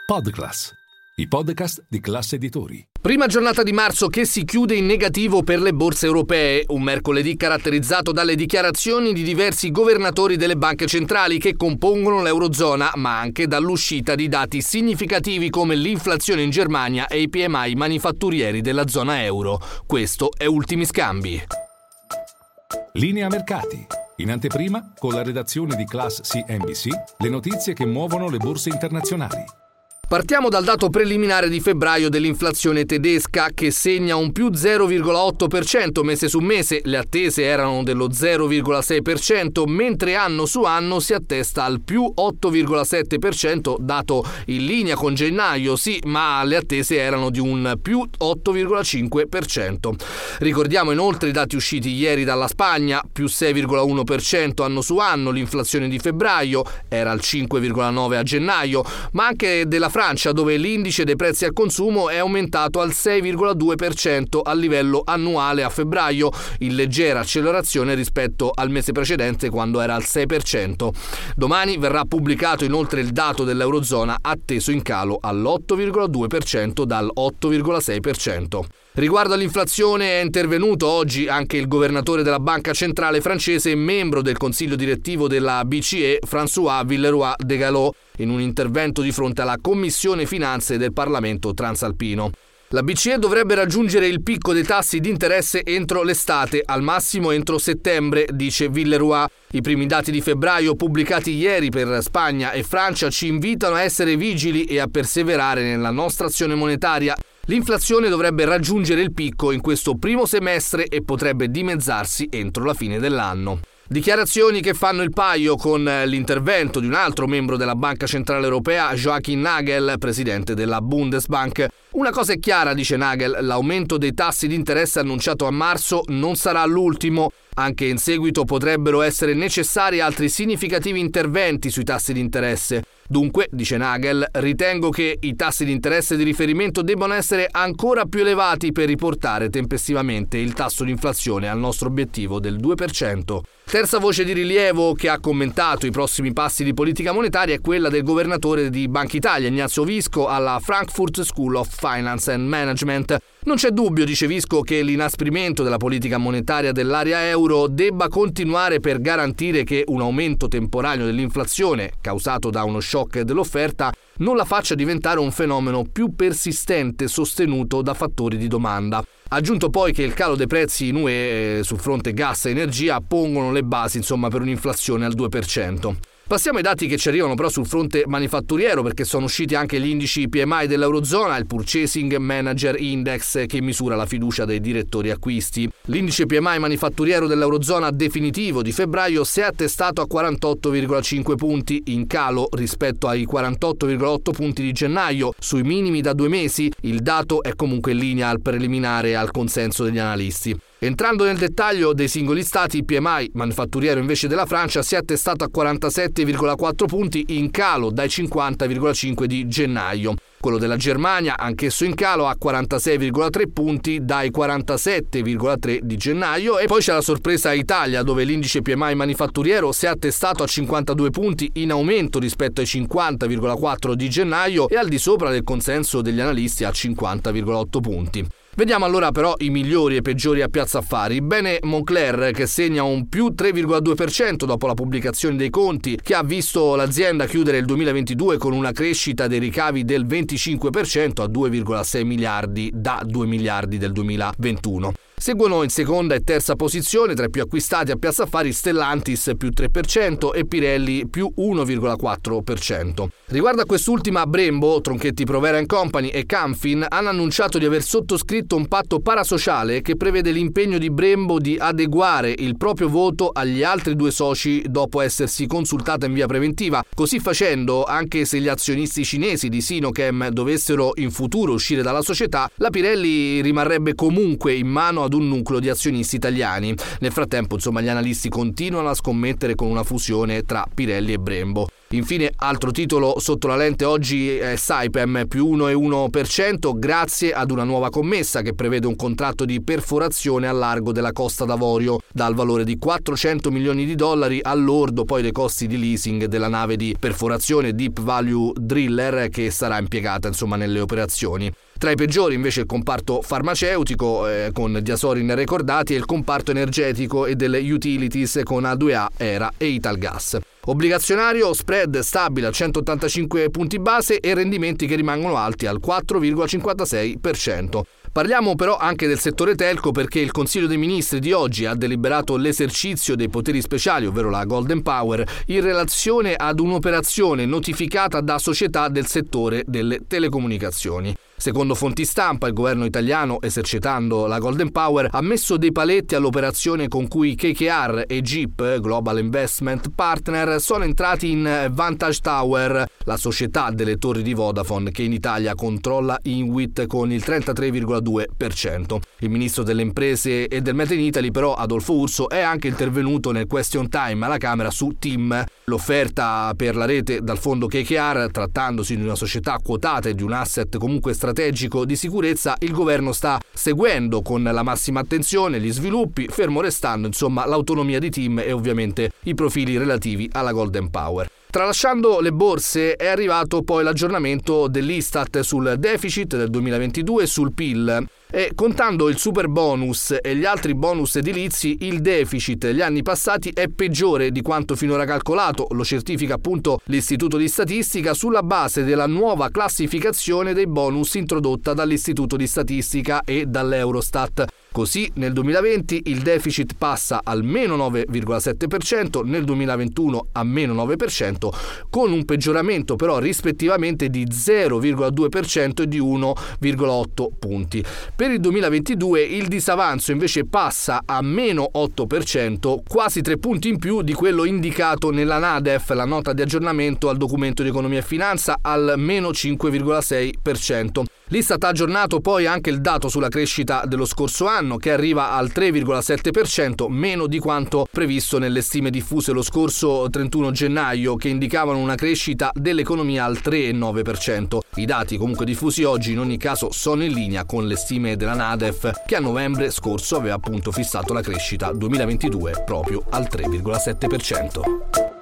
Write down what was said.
Podclass, i podcast di Class Editori. Prima giornata di marzo che si chiude in negativo per le borse europee, un mercoledì caratterizzato dalle dichiarazioni di diversi governatori delle banche centrali che compongono l'Eurozona, ma anche dall'uscita di dati significativi come l'inflazione in Germania e i PMI manifatturieri della zona euro. Questo è Ultimi Scambi. Linea mercati. In anteprima, con la redazione di Class CNBC, le notizie che muovono le borse internazionali. Partiamo dal dato preliminare di febbraio dell'inflazione tedesca che segna un più 0,8% mese su mese, le attese erano dello 0,6%, mentre anno su anno si attesta al più 8,7%, dato in linea con gennaio, sì, ma le attese erano di un più 8,5%. Ricordiamo inoltre i dati usciti ieri dalla Spagna, più 6,1% anno su anno, l'inflazione di febbraio era al 5,9% a gennaio, ma anche della Francia, dove l'indice dei prezzi al consumo è aumentato al 6,2% a livello annuale a febbraio, in leggera accelerazione rispetto al mese precedente quando era al 6%. Domani verrà pubblicato inoltre il dato dell'Eurozona, atteso in calo all'8,2% dal 8,6%. Riguardo all'inflazione è intervenuto oggi anche il governatore della Banca Centrale francese e membro del consiglio direttivo della BCE, François Villeroy-de-Galhau, in un intervento di fronte alla Commissione Finanze del Parlamento transalpino. La BCE dovrebbe raggiungere il picco dei tassi di interesse entro l'estate, al massimo entro settembre, dice Villeroy. I primi dati di febbraio pubblicati ieri per Spagna e Francia ci invitano a essere vigili e a perseverare nella nostra azione monetaria. L'inflazione dovrebbe raggiungere il picco in questo primo semestre e potrebbe dimezzarsi entro la fine dell'anno. Dichiarazioni che fanno il paio con l'intervento di un altro membro della Banca Centrale Europea, Joachim Nagel, presidente della Bundesbank. Una cosa è chiara, dice Nagel, l'aumento dei tassi di interesse annunciato a marzo non sarà l'ultimo. Anche in seguito potrebbero essere necessari altri significativi interventi sui tassi di interesse. Dunque, dice Nagel, ritengo che i tassi di interesse di riferimento debbano essere ancora più elevati per riportare tempestivamente il tasso di inflazione al nostro obiettivo del 2%. Terza voce di rilievo che ha commentato i prossimi passi di politica monetaria è quella del governatore di Banca Italia, Ignazio Visco, alla Frankfurt School of Finance and Management. Non c'è dubbio, dice Visco, che l'inasprimento della politica monetaria dell'area euro debba continuare per garantire che un aumento temporaneo dell'inflazione, causato da uno shock dell'offerta, non la faccia diventare un fenomeno più persistente sostenuto da fattori di domanda. Ha aggiunto poi che il calo dei prezzi in UE sul fronte gas e energia pongono le basi per un'inflazione al 2%. Passiamo ai dati che ci arrivano però sul fronte manifatturiero, perché sono usciti anche gli indici PMI dell'Eurozona, il Purchasing Manager Index che misura la fiducia dei direttori acquisti. L'indice PMI manifatturiero dell'Eurozona definitivo di febbraio si è attestato a 48,5 punti, in calo rispetto ai 48,8 punti di gennaio, sui minimi da 2 mesi. Il dato è comunque in linea al preliminare e al consenso degli analisti. Entrando nel dettaglio dei singoli stati, il PMI manifatturiero invece della Francia si è attestato a 47,4 punti, in calo dai 50,5 di gennaio. Quello della Germania, anch'esso in calo, a 46,3 punti dai 47,3 di gennaio. E poi c'è la sorpresa Italia, dove l'indice PMI manifatturiero si è attestato a 52 punti, in aumento rispetto ai 50,4 di gennaio e al di sopra del consenso degli analisti a 50,8 punti. Vediamo allora però i migliori e peggiori a Piazza Affari. Bene Moncler, che segna un più 3,2% dopo la pubblicazione dei conti, che ha visto l'azienda chiudere il 2022 con una crescita dei ricavi del 25% a 2,6 miliardi da 2 miliardi del 2021. Seguono in seconda e terza posizione tra i più acquistati a Piazza Affari Stellantis più 3% e Pirelli più 1,4%. Riguardo a quest'ultima, Brembo, Tronchetti Provera & Company e Camfin hanno annunciato di aver sottoscritto un patto parasociale che prevede l'impegno di Brembo di adeguare il proprio voto agli altri 2 soci dopo essersi consultata in via preventiva. Così facendo, anche se gli azionisti cinesi di Sinochem dovessero in futuro uscire dalla società, la Pirelli rimarrebbe comunque in mano ad un nucleo di azionisti italiani. Nel frattempo, gli analisti continuano a scommettere con una fusione tra Pirelli e Brembo. Infine, altro titolo sotto la lente oggi è Saipem, più 1,1% grazie ad una nuova commessa che prevede un contratto di perforazione al largo della Costa d'Avorio dal valore di $400 milioni all'ordo poi dei costi di leasing della nave di perforazione Deep Value Driller che sarà impiegata nelle operazioni. Tra i peggiori invece il comparto farmaceutico con Diasorin recordati e il comparto energetico e delle utilities con A2A, Era e Italgas. Obbligazionario, spread stabile a 185 punti base e rendimenti che rimangono alti al 4,56%. Parliamo però anche del settore telco perché il Consiglio dei Ministri di oggi ha deliberato l'esercizio dei poteri speciali, ovvero la Golden Power, in relazione ad un'operazione notificata da società del settore delle telecomunicazioni. Secondo fonti stampa, il governo italiano, esercitando la Golden Power, ha messo dei paletti all'operazione con cui KKR e GIP, Global Investment Partner, sono entrati in Vantage Tower, la società delle torri di Vodafone che in Italia controlla Inwit con il 33,2%. Il ministro delle imprese e del Made in Italy, però, Adolfo Urso, è anche intervenuto nel question time alla Camera su TIM, l'offerta per la rete dal fondo KKR, trattandosi di una società quotata e di un asset comunque strategico di sicurezza. Il governo sta seguendo con la massima attenzione gli sviluppi, fermo restando l'autonomia di TIM e ovviamente i profili relativi alla Golden Power. Tralasciando le borse è arrivato poi l'aggiornamento dell'Istat sul deficit del 2022 e sul PIL. E contando il super bonus e gli altri bonus edilizi, il deficit negli anni passati è peggiore di quanto finora calcolato, lo certifica appunto l'Istituto di Statistica sulla base della nuova classificazione dei bonus introdotta dall'Istituto di Statistica e dall'Eurostat. Così nel 2020 il deficit passa al meno 9,7%, nel 2021 a meno 9%, con un peggioramento però rispettivamente di 0,2% e di 1,8 punti. Per il 2022 il disavanzo invece passa a meno 8%, quasi 3 punti in più di quello indicato nella NADEF, la nota di aggiornamento al documento di economia e finanza, al meno 5,6%. L'Istat ha aggiornato poi anche il dato sulla crescita dello scorso anno, che arriva al 3,7%, meno di quanto previsto nelle stime diffuse lo scorso 31 gennaio, che indicavano una crescita dell'economia al 3,9%. I dati comunque diffusi oggi in ogni caso sono in linea con le stime della NADEF, che a novembre scorso aveva appunto fissato la crescita 2022 proprio al 3,7%.